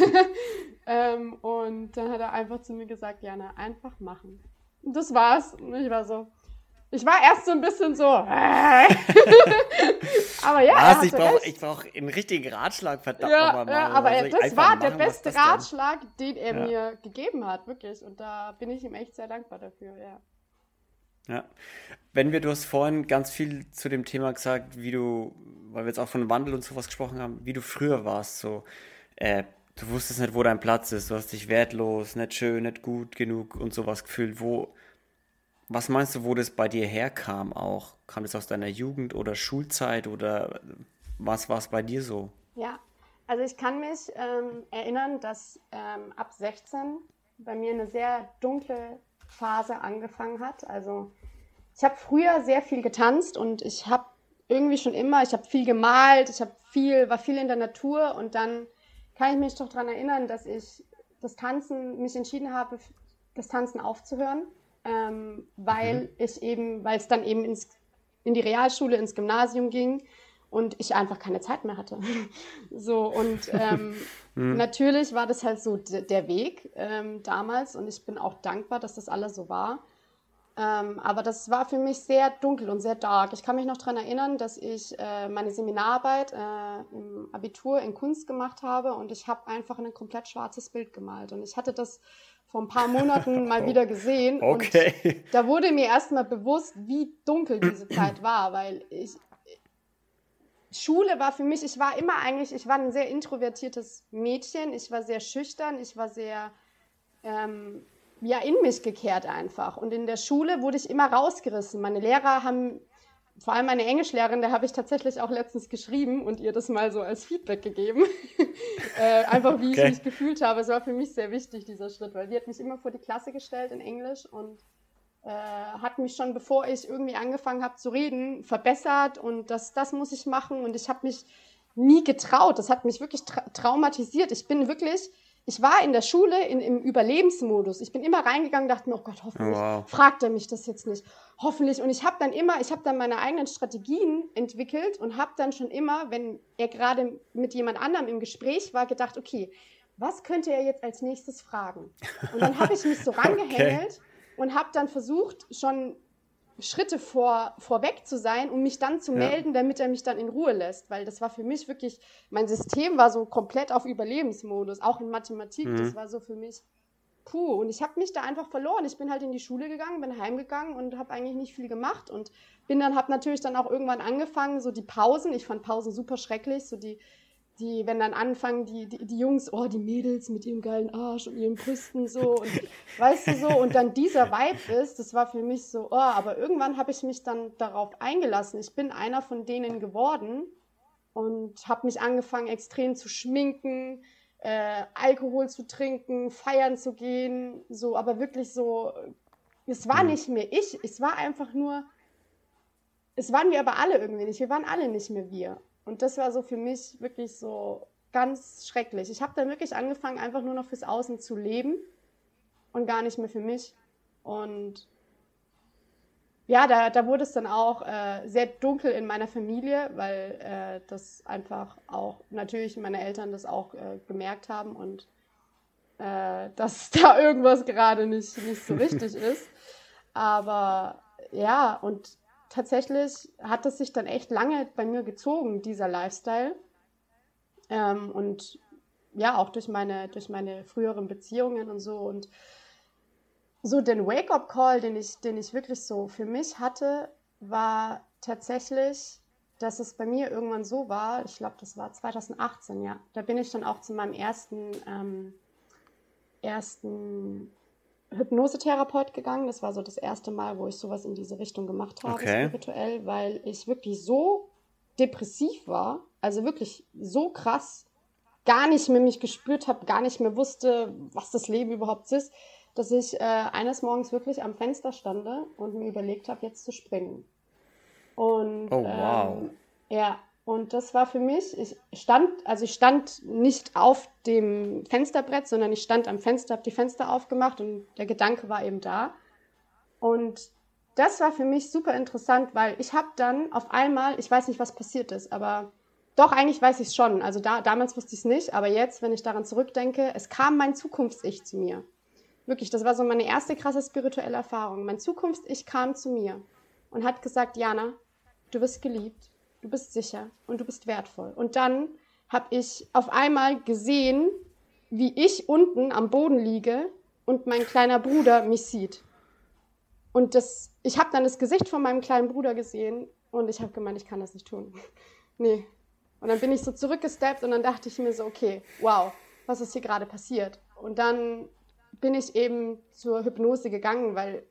ähm, und dann hat er einfach zu mir gesagt, Jana, einfach machen. Und das war's. Und ich war so, ich war erst so ein bisschen so, äh. aber ja, Was, ich brauche ich brauch einen richtigen Ratschlag, verdammt ja, nochmal. Ja, aber also das war der beste Ratschlag, denn? den er ja. mir gegeben hat, wirklich. Und da bin ich ihm echt sehr dankbar dafür, ja. Ja, wenn wir, du hast vorhin ganz viel zu dem Thema gesagt, wie du, weil wir jetzt auch von Wandel und sowas gesprochen haben, wie du früher warst, so, äh, du wusstest nicht, wo dein Platz ist, du hast dich wertlos, nicht schön, nicht gut genug und sowas gefühlt, wo, was meinst du, wo das bei dir herkam auch? Kam das aus deiner Jugend oder Schulzeit oder was war es bei dir so? Ja, also ich kann mich ähm, erinnern, dass ähm, ab sechzehn bei mir eine sehr dunkle Phase angefangen hat, also ich habe früher sehr viel getanzt und ich habe irgendwie schon immer, ich habe viel gemalt, ich habe viel, war viel in der Natur und dann kann ich mich doch daran erinnern, dass ich das Tanzen, mich entschieden habe, das Tanzen aufzuhören, ähm, weil mhm. ich eben, weil es dann eben ins, in die Realschule, ins Gymnasium ging und ich einfach keine Zeit mehr hatte. so und ähm, mhm. natürlich war das halt so d- der Weg ähm, damals und ich bin auch dankbar, dass das alles so war. Ähm, aber das war für mich sehr dunkel und sehr dark. Ich kann mich noch daran erinnern, dass ich äh, meine Seminararbeit äh, im Abitur in Kunst gemacht habe und ich habe einfach ein komplett schwarzes Bild gemalt. Und ich hatte das vor ein paar Monaten mal wieder gesehen. Okay. Und da wurde mir erstmal bewusst, wie dunkel diese Zeit war, weil ich Schule war für mich, ich war immer eigentlich, ich war ein sehr introvertiertes Mädchen, ich war sehr schüchtern, ich war sehr ähm, ja, in mich gekehrt einfach. Und in der Schule wurde ich immer rausgerissen. Meine Lehrer haben, vor allem meine Englischlehrerin, der habe ich tatsächlich auch letztens geschrieben und ihr das mal so als Feedback gegeben. äh, einfach wie okay. ich mich gefühlt habe. Es war für mich sehr wichtig, dieser Schritt, weil die hat mich immer vor die Klasse gestellt in Englisch und äh, hat mich schon, bevor ich irgendwie angefangen habe zu reden, verbessert und das, das muss ich machen. Und ich habe mich nie getraut. Das hat mich wirklich tra- traumatisiert. Ich bin wirklich... Ich war in der Schule in, im Überlebensmodus. Ich bin immer reingegangen und dachte mir, oh Gott, hoffentlich wow. fragt er mich das jetzt nicht. Hoffentlich. Und ich habe dann immer, ich habe dann meine eigenen Strategien entwickelt und habe dann schon immer, wenn er gerade mit jemand anderem im Gespräch war, gedacht, okay, was könnte er jetzt als nächstes fragen? Und dann habe ich mich so rangehängelt okay. und habe dann versucht, schon Schritte vor, vorweg zu sein, um mich dann zu ja. melden, damit er mich dann in Ruhe lässt, weil das war für mich wirklich, mein System war so komplett auf Überlebensmodus, auch in Mathematik, mhm. das war so für mich puh, und ich habe mich da einfach verloren, ich bin halt in die Schule gegangen, bin heimgegangen und habe eigentlich nicht viel gemacht und bin dann, habe natürlich dann auch irgendwann angefangen, so die Pausen, ich fand Pausen super schrecklich, so die Die, wenn dann anfangen, die, die, die Jungs, oh, die Mädels mit ihrem geilen Arsch und ihren Brüsten so und weißt du so, und dann dieser Vibe ist, das war für mich so, oh, aber irgendwann habe ich mich dann darauf eingelassen. Ich bin einer von denen geworden und habe mich angefangen, extrem zu schminken, äh, Alkohol zu trinken, feiern zu gehen, so, aber wirklich so es war Mhm. nicht mehr ich, es war einfach nur, es waren wir aber alle irgendwie nicht, wir waren alle nicht mehr wir. Und das war so für mich wirklich so ganz schrecklich. Ich habe dann wirklich angefangen, einfach nur noch fürs Außen zu leben und gar nicht mehr für mich. Und ja, da, da wurde es dann auch äh, sehr dunkel in meiner Familie, weil äh, das einfach auch, natürlich meine Eltern das auch äh, gemerkt haben und äh, dass da irgendwas gerade nicht, nicht so richtig ist. Aber ja, und tatsächlich hat es sich dann echt lange bei mir gezogen, dieser Lifestyle. Ähm, und ja, auch durch meine, durch meine früheren Beziehungen und so. Und so den Wake-up-Call, den ich, den ich wirklich so für mich hatte, war tatsächlich, dass es bei mir irgendwann so war, ich glaube, das war zwanzig achtzehn, ja. Da bin ich dann auch zu meinem ersten, ähm, ersten Hypnosetherapeut gegangen. Das war so das erste Mal, wo ich sowas in diese Richtung gemacht habe, Okay. spirituell, weil ich wirklich so depressiv war, also wirklich so krass, gar nicht mehr mich gespürt habe, gar nicht mehr wusste, was das Leben überhaupt ist, dass ich äh, eines Morgens wirklich am Fenster stande und mir überlegt habe, jetzt zu springen. Und Oh, wow. ähm, ja, und das war für mich, ich stand, also ich stand nicht auf dem Fensterbrett, sondern ich stand am Fenster, habe die Fenster aufgemacht und der Gedanke war eben da. Und das war für mich super interessant, weil ich habe dann auf einmal, ich weiß nicht, was passiert ist, aber doch, eigentlich weiß ich es schon. Also da, damals wusste ich es nicht, aber jetzt, wenn ich daran zurückdenke, es kam mein Zukunfts-Ich zu mir. Wirklich, das war so meine erste krasse spirituelle Erfahrung. Mein Zukunfts-Ich kam zu mir und hat gesagt, Jana, du bist geliebt, du bist sicher und du bist wertvoll. Und dann habe ich auf einmal gesehen, wie ich unten am Boden liege und mein kleiner Bruder mich sieht. Und das, ich habe dann das Gesicht von meinem kleinen Bruder gesehen und ich habe gemeint, ich kann das nicht tun. Nee. Und dann bin ich so zurückgesteppt und dann dachte ich mir so, okay, wow, was ist hier gerade passiert? Und dann bin ich eben zur Hypnose gegangen, weil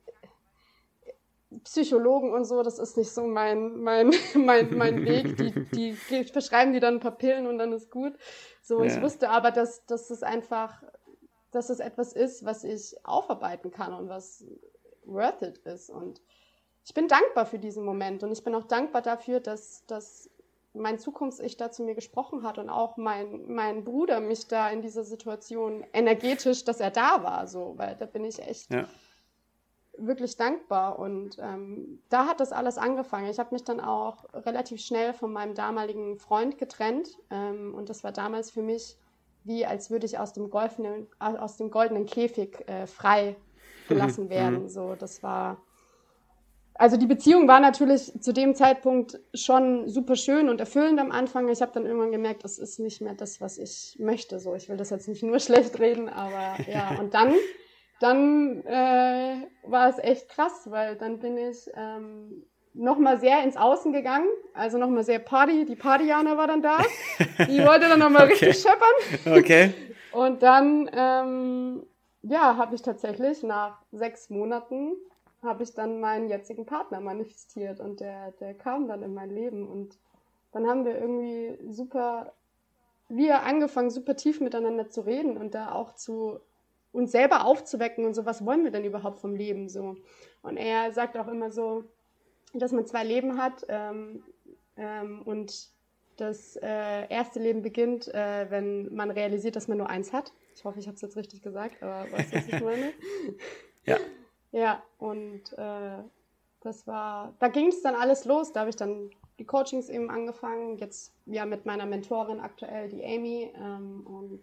Psychologen und so, das ist nicht so mein, mein, mein, mein Weg. Die, die, die verschreiben dir dann ein paar Pillen und dann ist gut. So, ich Ja. wusste aber, dass, dass es einfach, dass es etwas ist, was ich aufarbeiten kann und was worth it ist. Und ich bin dankbar für diesen Moment und ich bin auch dankbar dafür, dass, dass mein Zukunfts-Ich da zu mir gesprochen hat und auch mein, mein Bruder mich da in dieser Situation energetisch, dass er da war, so, weil da bin ich echt Ja. wirklich dankbar und ähm, da hat das alles angefangen. Ich habe mich dann auch relativ schnell von meinem damaligen Freund getrennt ähm, und das war damals für mich wie, als würde ich aus dem goldenen, aus dem goldenen Käfig äh, frei gelassen werden. So, das war, also die Beziehung war natürlich zu dem Zeitpunkt schon super schön und erfüllend am Anfang. Ich habe dann irgendwann gemerkt, das ist nicht mehr das, was ich möchte. So, ich will das jetzt nicht nur schlecht reden, aber ja, und dann Dann äh, war es echt krass, weil dann bin ich ähm, nochmal sehr ins Außen gegangen, also nochmal sehr Party, die Partyjana war dann da, die wollte dann nochmal Okay. richtig scheppern. Okay. Und dann, ähm, ja, habe ich tatsächlich nach sechs Monaten, habe ich dann meinen jetzigen Partner manifestiert und der, der kam dann in mein Leben und dann haben wir irgendwie super, wir angefangen, super tief miteinander zu reden und da auch zu uns selber aufzuwecken und so, was wollen wir denn überhaupt vom Leben so. Und er sagt auch immer so, dass man zwei Leben hat ähm, ähm, und das äh, erste Leben beginnt, äh, wenn man realisiert, dass man nur eins hat. Ich hoffe, ich habe es jetzt richtig gesagt, aber weißt du, was ich meine? Ja. Ja, und äh, das war, da ging es dann alles los, da habe ich dann die Coachings eben angefangen, jetzt ja mit meiner Mentorin aktuell, die Amy, ähm, und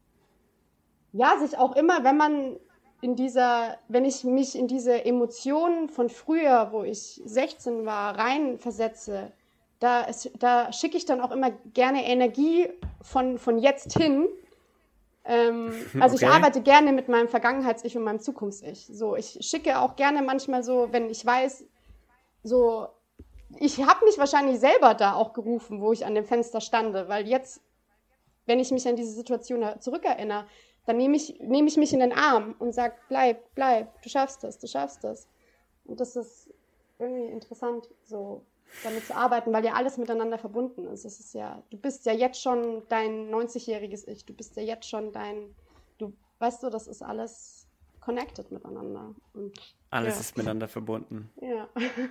ja, sich auch immer, wenn man in dieser, wenn ich mich in diese Emotionen von früher, wo ich sechzehn war, reinversetze, da, ist, da schicke ich dann auch immer gerne Energie von, von jetzt hin. Ähm, also Okay. ich arbeite gerne mit meinem Vergangenheits-Ich und meinem Zukunfts-Ich. So, ich schicke auch gerne manchmal so, wenn ich weiß, so, ich habe mich wahrscheinlich selber da auch gerufen, wo ich an dem Fenster stande, weil jetzt, wenn ich mich an diese Situation zurückerinnere, dann nehme ich, nehme ich mich in den Arm und sage, bleib, bleib, du schaffst das, du schaffst das. Und das ist irgendwie interessant, so damit zu arbeiten, weil ja alles miteinander verbunden ist. Es ist ja, du bist ja jetzt schon dein neunzigjähriges Ich, du bist ja jetzt schon dein, du, weißt du, das ist alles connected miteinander. Und Alles Ja. ist miteinander verbunden. Ja.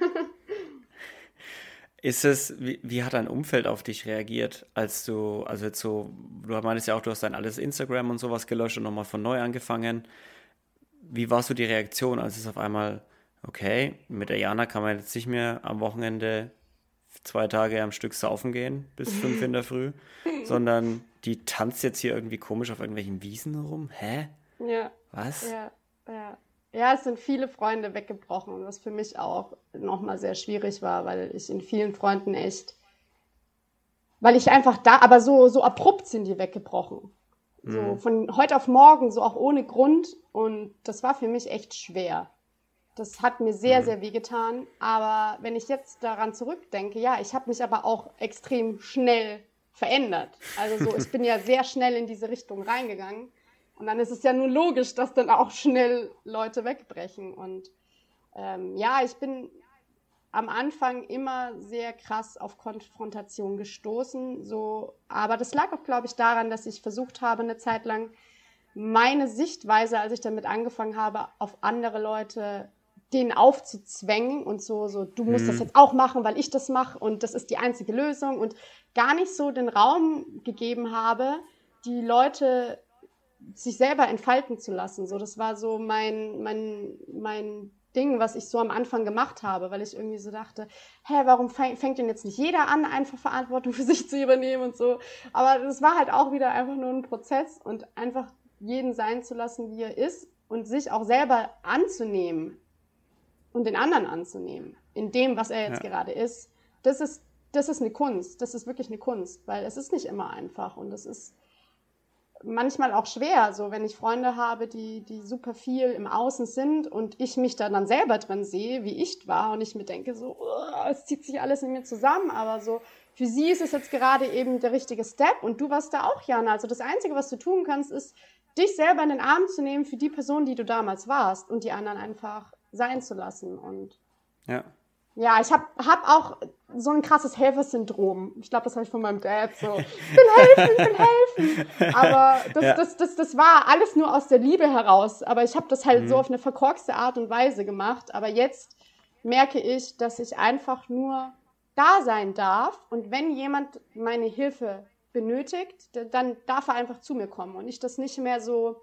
Ist es, wie, wie hat dein Umfeld auf dich reagiert, als du, also jetzt so, du meinst ja auch, du hast dein alles Instagram und sowas gelöscht und nochmal von neu angefangen. Wie war so die Reaktion, als es auf einmal, okay, mit der Jana kann man jetzt nicht mehr am Wochenende zwei Tage am Stück saufen gehen, bis fünf in der Früh, sondern die tanzt jetzt hier irgendwie komisch auf irgendwelchen Wiesen rum? Hä? Ja. Was? Ja, ja. Ja, es sind viele Freunde weggebrochen, was für mich auch nochmal sehr schwierig war, weil ich in vielen Freunden echt, weil ich einfach da, aber so, so abrupt sind die weggebrochen. So Mhm. von heute auf morgen, so auch ohne Grund. Und das war für mich echt schwer. Das hat mir sehr, Mhm. sehr wehgetan. Aber wenn ich jetzt daran zurückdenke, ja, ich habe mich aber auch extrem schnell verändert. Also so, ich bin ja sehr schnell in diese Richtung reingegangen. Und dann ist es ja nur logisch, dass dann auch schnell Leute wegbrechen. Und ähm, ja, ich bin am Anfang immer sehr krass auf Konfrontation gestoßen. So, aber das lag auch, glaube ich, daran, dass ich versucht habe, eine Zeit lang meine Sichtweise, als ich damit angefangen habe, auf andere Leute denen aufzuzwängen und so, so, du musst das Mhm. jetzt auch machen, weil ich das mache und das ist die einzige Lösung und gar nicht so den Raum gegeben habe, die Leute sich selber entfalten zu lassen. So, das war so mein, mein, mein Ding, was ich so am Anfang gemacht habe, weil ich irgendwie so dachte, hä, warum fäng, fängt denn jetzt nicht jeder an, einfach Verantwortung für sich zu übernehmen und so. Aber das war halt auch wieder einfach nur ein Prozess und einfach jeden sein zu lassen, wie er ist und sich auch selber anzunehmen und den anderen anzunehmen, in dem, was er jetzt Ja. gerade ist. Das ist, das ist eine Kunst. Das ist wirklich eine Kunst, weil es ist nicht immer einfach und es ist manchmal auch schwer, so wenn ich Freunde habe, die, die super viel im Außen sind und ich mich da dann selber drin sehe, wie ich war und ich mir denke so, oh, es zieht sich alles in mir zusammen, aber so für sie ist es jetzt gerade eben der richtige Step und du warst da auch, Jana. Also das Einzige, was du tun kannst, ist, dich selber in den Arm zu nehmen für die Person, die du damals warst und die anderen einfach sein zu lassen und Ja. ja, ich habe hab auch so ein krasses Helfersyndrom. Ich glaube, das habe ich von meinem Dad so. Ich will helfen, ich will helfen. Aber das, Ja. das, das, das war alles nur aus der Liebe heraus. Aber ich habe das halt so Mhm. auf eine verkorkste Art und Weise gemacht. Aber jetzt merke ich, dass ich einfach nur da sein darf. Und wenn jemand meine Hilfe benötigt, dann darf er einfach zu mir kommen. Und ich das nicht mehr so,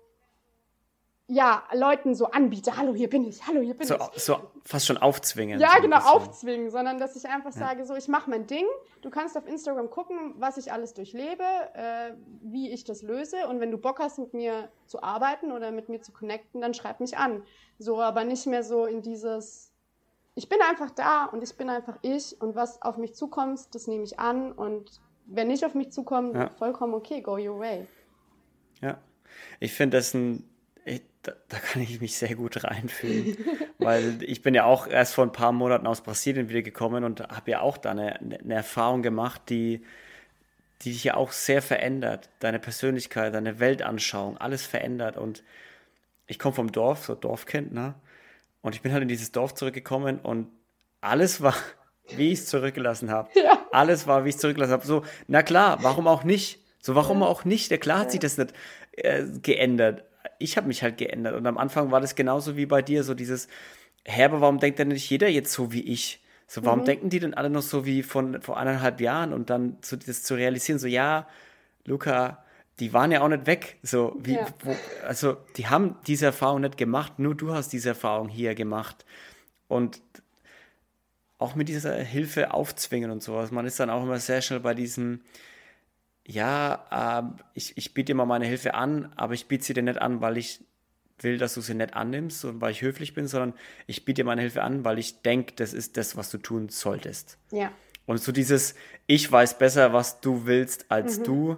ja, Leuten so anbiete. Hallo, hier bin ich. Hallo, hier bin So, ich. so fast schon aufzwingen. Ja, so ein genau, bisschen. aufzwingen, sondern dass ich einfach Ja. sage, so, ich mache mein Ding. Du kannst auf Instagram gucken, was ich alles durchlebe, äh, wie ich das löse. Und wenn du Bock hast, mit mir zu arbeiten oder mit mir zu connecten, dann schreib mich an. So, aber nicht mehr so in dieses, ich bin einfach da und ich bin einfach ich und was auf mich zukommt, das nehme ich an und wenn nicht auf mich zukommt, Ja. vollkommen okay, go your way. Ja, ich finde das ein, ich, da, da kann ich mich sehr gut reinfühlen, weil ich bin ja auch erst vor ein paar Monaten aus Brasilien wieder gekommen und habe ja auch da eine, eine Erfahrung gemacht, die, die dich ja auch sehr verändert. Deine Persönlichkeit, deine Weltanschauung, alles verändert. Und ich komme vom Dorf, so Dorfkind, ne? Und ich bin halt in dieses Dorf zurückgekommen und alles war, wie ich es zurückgelassen habe. Ja. Alles war, wie ich es zurückgelassen habe. So, na klar, warum auch nicht? So, warum Ja. auch nicht? Ja, klar hat Ja. sich das nicht äh, geändert. Ich habe mich halt geändert. Und am Anfang war das genauso wie bei dir, so dieses, hä, aber warum denkt denn nicht jeder jetzt so wie ich? So, warum Mhm. denken die denn alle noch so wie von vor eineinhalb Jahren? Und dann so das zu realisieren, so, ja, Luca, die waren ja auch nicht weg. So, wie, Ja. wo, also, die haben diese Erfahrung nicht gemacht, nur du hast diese Erfahrung hier gemacht. Und auch mit dieser Hilfe aufzwingen und sowas. Man ist dann auch immer sehr schnell bei diesem, ja, ähm, ich, ich biete dir mal meine Hilfe an, aber ich biete sie dir nicht an, weil ich will, dass du sie nicht annimmst und weil ich höflich bin, sondern ich biete dir meine Hilfe an, weil ich denke, das ist das, was du tun solltest. Ja. Und so dieses, ich weiß besser, was du willst als Mhm. du,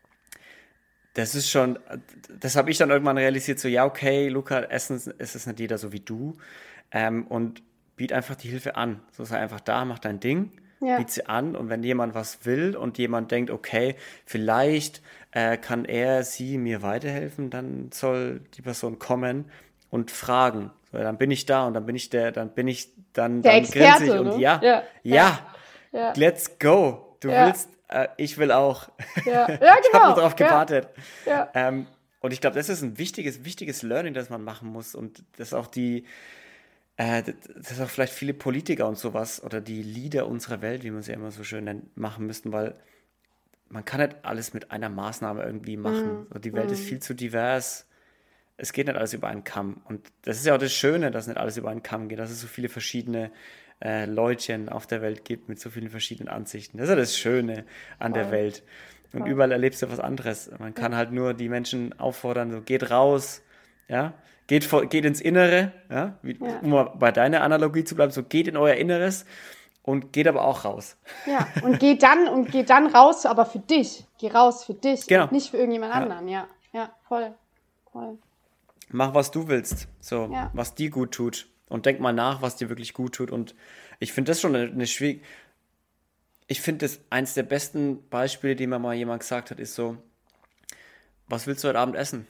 das ist schon, das habe ich dann irgendwann realisiert, so, ja, okay, Luca, erstens ist es nicht jeder so wie du, ähm, und biet einfach die Hilfe an. So, sei einfach da, mach dein Ding, Ja. biet sie an und wenn jemand was will und jemand denkt, okay, vielleicht äh, kann er, sie mir weiterhelfen, dann soll die Person kommen und fragen. So, dann bin ich da und dann bin ich der, dann bin ich, dann, Der dann grinse ich Experte, und ne? ja, Ja. ja, Ja. let's go. Du Ja. willst, äh, ich will auch. Ja. Ja, Ich habe genau. nur drauf Ja. gewartet. Ja. Ähm, und ich glaube, das ist ein wichtiges, wichtiges Learning, das man machen muss. Und das auch die, äh, d- dass auch vielleicht viele Politiker und sowas oder die Leader unserer Welt, wie man sie ja immer so schön nennt, machen müssten, weil man kann nicht alles mit einer Maßnahme irgendwie machen. Mm, So, die Welt ist mm, viel zu divers. Es geht nicht alles über einen Kamm. Und das ist ja auch das Schöne, dass nicht alles über einen Kamm geht, dass es so viele verschiedene äh, Leutchen auf der Welt gibt mit so vielen verschiedenen Ansichten. Das ist ja das Schöne an der voll, Welt. Und voll. überall erlebst du was anderes. Man Ja, kann halt nur die Menschen auffordern, so geht raus, ja, geht, vor, geht ins Innere, ja, wie, ja. um mal bei deiner Analogie zu bleiben, so geht in euer Inneres und geht aber auch raus. Ja, und geh dann und geh dann raus, aber für dich. Geh raus für dich und Genau. nicht für irgendjemand Ja. anderen. Ja, ja, voll, voll. Mach, was du willst, so, Ja, was dir gut tut. Und denk mal nach, was dir wirklich gut tut. Und ich finde das schon eine, eine schwierige. Ich finde das eins der besten Beispiele, die mir mal jemand gesagt hat, ist so, was willst du heute Abend essen?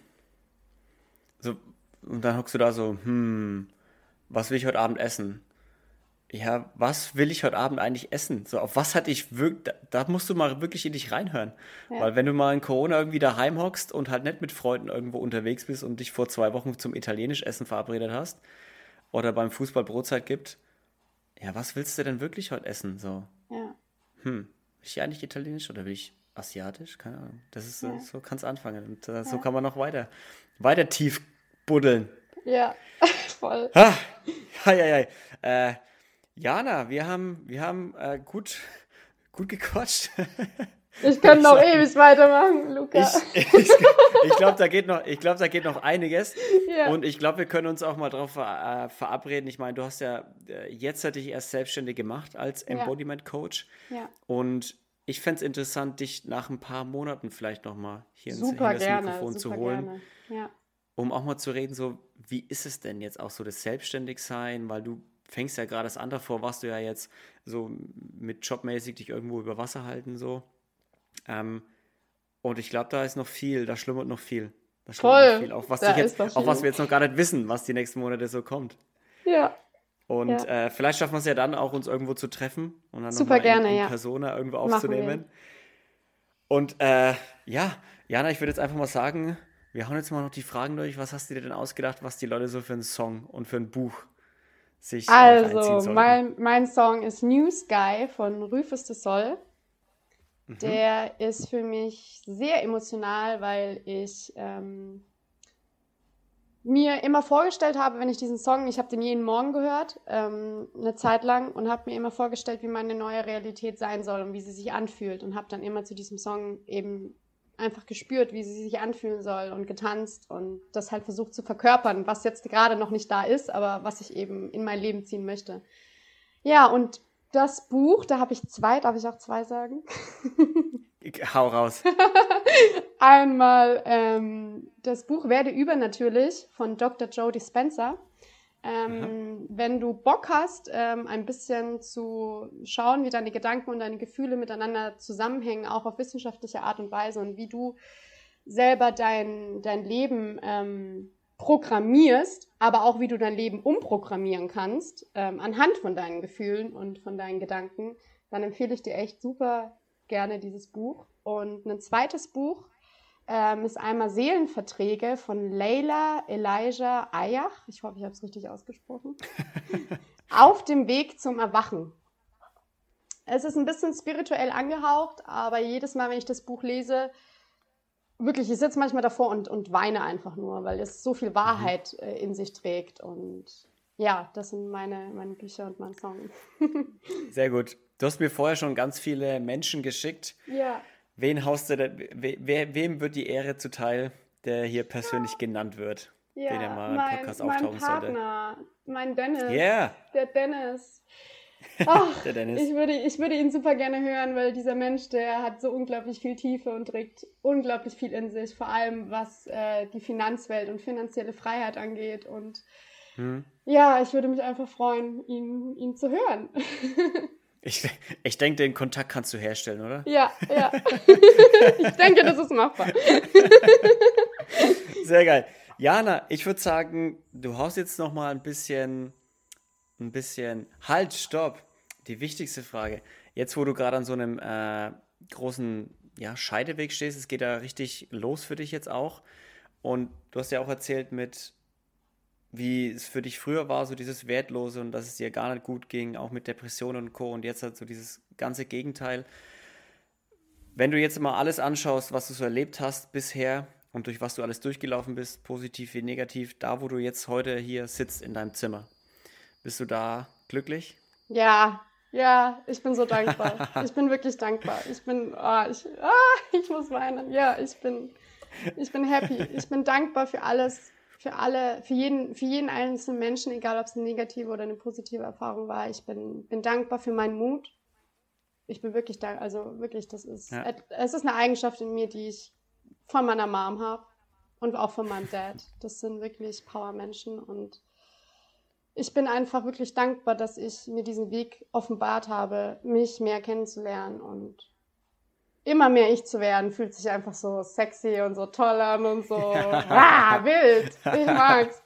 So, und dann hockst du da so, hm, was will ich heute Abend essen? Ja, was will ich heute Abend eigentlich essen? So, auf was hatte ich wirklich, da, da musst du mal wirklich in dich reinhören. ja, Weil wenn du mal in Corona irgendwie daheim hockst und halt nicht mit Freunden irgendwo unterwegs bist und dich vor zwei Wochen zum Italienisch Essen verabredet hast oder beim Fußball Brotzeit gibt, ja, was willst du denn wirklich heute essen? So, ja, hm, will ich eigentlich Italienisch oder will ich asiatisch? Keine Ahnung. Das ist so, ja, so kann es anfangen. Und äh, so ja, kann man noch weiter, weiter tief buddeln. ja, voll. Ha, hei, hei, hei. Äh, Jana, wir haben, wir haben äh, gut, gut gequatscht, Ich würde könnte ich noch sagen. ewig weitermachen, Luca. Ich, ich, ich glaube, da geht noch, ich glaube, da geht noch einiges. Ja, Und ich glaube, wir können uns auch mal darauf ver, äh, verabreden. Ich meine, du hast ja äh, jetzt hatte ich erst selbstständig gemacht als ja, Embodiment Coach. ja. Und ich fände es interessant, dich nach ein paar Monaten vielleicht nochmal hier ins, Super hinter das gerne, Mikrofon zu super holen, gerne. Ja, um auch mal zu reden, so, wie ist es denn jetzt auch so das Selbstständigsein? Weil du fängst ja gerade das an, davor warst du ja jetzt so mit jobmäßig dich irgendwo über Wasser halten, so. Ähm, und ich glaube, da ist noch viel, da schlummert noch viel. Da schlummert noch voll. viel, auch was Da dich jetzt, ist noch auch was viel. wir jetzt noch gar nicht wissen, was die nächsten Monate so kommt. Ja, Und ja. äh, vielleicht schaffen wir es ja dann auch, uns irgendwo zu treffen und dann Super nochmal in, gerne, in ja. Persona irgendwo Machen wir. aufzunehmen. Und äh, ja, Jana, ich würde jetzt einfach mal sagen, wir hauen jetzt mal noch die Fragen durch. Was hast du dir denn ausgedacht, was die Leute so für einen Song und für ein Buch sich äh, reinziehen Also, sollten? mein, mein Song ist New Sky von Rufus de Sol. Mhm. Der ist für mich sehr emotional, weil ich ähm, mir immer vorgestellt habe, wenn ich diesen Song, ich habe den jeden Morgen gehört, ähm, eine Zeit lang und habe mir immer vorgestellt, wie meine neue Realität sein soll und wie sie sich anfühlt und habe dann immer zu diesem Song eben einfach gespürt, wie sie sich anfühlen soll und getanzt und das halt versucht zu verkörpern, was jetzt gerade noch nicht da ist, aber was ich eben in mein Leben ziehen möchte. Ja, und das Buch, da habe ich zwei, darf ich auch zwei sagen? Ich, hau raus. Einmal ähm, das Buch Werde übernatürlich von Doktor Joe Dispenza. Aha. Ähm, wenn du Bock hast, ähm, ein bisschen zu schauen, wie deine Gedanken und deine Gefühle miteinander zusammenhängen, auch auf wissenschaftliche Art und Weise und wie du selber dein, dein Leben ähm, programmierst, aber auch wie du dein Leben umprogrammieren kannst, ähm, anhand von deinen Gefühlen und von deinen Gedanken, dann empfehle ich dir echt super gerne dieses Buch. Und ein zweites Buch ähm, ist einmal Seelenverträge von Leila Elijah Ayach. Ich hoffe, ich habe es richtig ausgesprochen. Auf dem Weg zum Erwachen. Es ist ein bisschen spirituell angehaucht, aber jedes Mal, wenn ich das Buch lese, wirklich, ich sitze manchmal davor und, und weine einfach nur, weil es so viel Mhm. Wahrheit äh, in sich trägt. Und ja, das sind meine, meine Bücher und mein Song. Sehr gut. Du hast mir vorher schon ganz viele Menschen geschickt. Ja, Wen haust du denn, we, wer, wem wird die Ehre zuteil, der hier persönlich genannt wird, den ja ja, mal im mein, Podcast mein auftauchen sollte? Partner, mein Dennis, Yeah, der Dennis. Ach, der Dennis. ich würde, ich würde ihn super gerne hören, weil dieser Mensch, der hat so unglaublich viel Tiefe und trägt unglaublich viel in sich, vor allem was äh, die Finanzwelt und finanzielle Freiheit angeht. Und Hm. ja, ich würde mich einfach freuen, ihn, ihn zu hören. Ich, ich denke, den Kontakt kannst du herstellen, oder? Ja, ja. Ich denke, das ist machbar. Sehr geil. Jana, ich würde sagen, du haust jetzt noch mal ein bisschen, ein bisschen, halt, stopp. Die wichtigste Frage. Jetzt, wo du gerade an so einem äh, großen ja, Scheideweg stehst, es geht da richtig los für dich jetzt auch. Und du hast ja auch erzählt mit wie es für dich früher war, so dieses Wertlose und dass es dir gar nicht gut ging, auch mit Depressionen und Co. Und jetzt halt so dieses ganze Gegenteil. Wenn du jetzt mal alles anschaust, was du so erlebt hast bisher und durch was du alles durchgelaufen bist, positiv wie negativ, da wo du jetzt heute hier sitzt in deinem Zimmer, bist du da glücklich? Ja, ja, ich bin so dankbar. Ich bin wirklich dankbar. Ich bin, ah, ich, ah, ich muss weinen. Ja, ich bin, ich bin happy. Ich bin dankbar für alles, für alle, für jeden, für jeden einzelnen Menschen, egal ob es eine negative oder eine positive Erfahrung war. Ich bin, bin dankbar für meinen Mut. Ich bin wirklich dankbar. Also wirklich, das ist, Ja. et- es ist eine Eigenschaft in mir, die ich von meiner Mom habe und auch von meinem Dad. Das sind wirklich Power-Menschen und ich bin einfach wirklich dankbar, dass ich mir diesen Weg offenbart habe, mich mehr kennenzulernen und immer mehr ich zu werden, fühlt sich einfach so sexy und so toll an und so ah, wild. Ich mag's.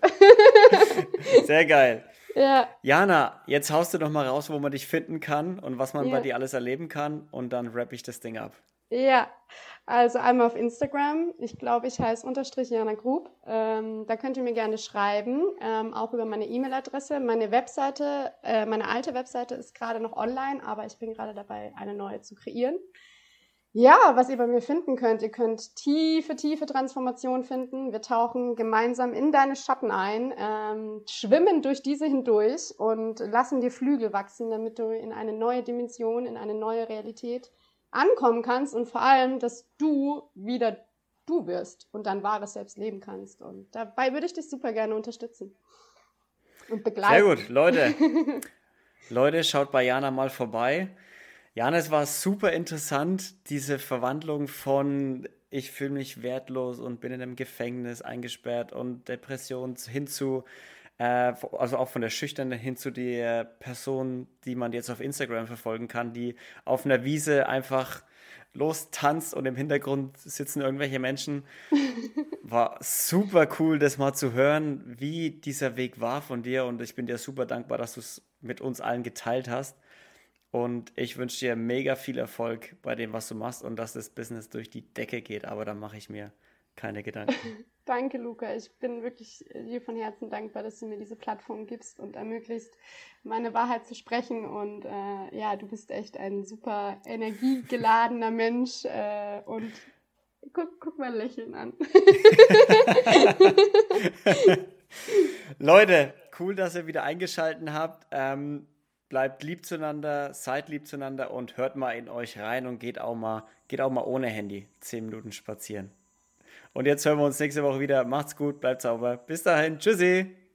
Sehr geil. Ja, Jana, jetzt haust du doch mal raus, wo man dich finden kann und was man bei ja. dir alles erleben kann und dann rappe ich das Ding ab. Ja, also einmal auf Instagram. Ich glaube, ich heiße unterstrich Jana Grub. Ähm, da könnt ihr mir gerne schreiben, ähm, auch über meine E-Mail-Adresse. Meine Webseite, äh, meine alte Webseite ist gerade noch online, aber ich bin gerade dabei, eine neue zu kreieren. Ja, was ihr bei mir finden könnt, ihr könnt tiefe, tiefe Transformation finden. Wir tauchen gemeinsam in deine Schatten ein, ähm, schwimmen durch diese hindurch und lassen dir Flügel wachsen, damit du in eine neue Dimension, in eine neue Realität ankommen kannst und vor allem, dass du wieder du wirst und dein wahres Selbst leben kannst. Und dabei würde ich dich super gerne unterstützen und begleiten. Sehr gut, Leute. Leute, schaut bei Jana mal vorbei. Jana, es war super interessant, diese Verwandlung von ich fühle mich wertlos und bin in einem Gefängnis eingesperrt und Depression hin zu, äh, also auch von der Schüchternen hin zu der Person, die man jetzt auf Instagram verfolgen kann, die auf einer Wiese einfach lostanzt und im Hintergrund sitzen irgendwelche Menschen. War super cool, das mal zu hören, wie dieser Weg war von dir und ich bin dir super dankbar, dass du es mit uns allen geteilt hast. Und ich wünsche dir mega viel Erfolg bei dem, was du machst und dass das Business durch die Decke geht. Aber da mache ich mir keine Gedanken. Danke, Luca. Ich bin wirklich dir von Herzen dankbar, dass du mir diese Plattform gibst und ermöglicht, meine Wahrheit zu sprechen. Und äh, ja, du bist echt ein super energiegeladener Mensch. Äh, und guck, guck mal Lächeln an. Leute, cool, dass ihr wieder eingeschaltet habt. Ähm, bleibt lieb zueinander, seid lieb zueinander und hört mal in euch rein und geht auch mal, geht auch mal ohne Handy zehn Minuten spazieren. Und jetzt hören wir uns nächste Woche wieder. Macht's gut, bleibt sauber. Bis dahin, tschüssi.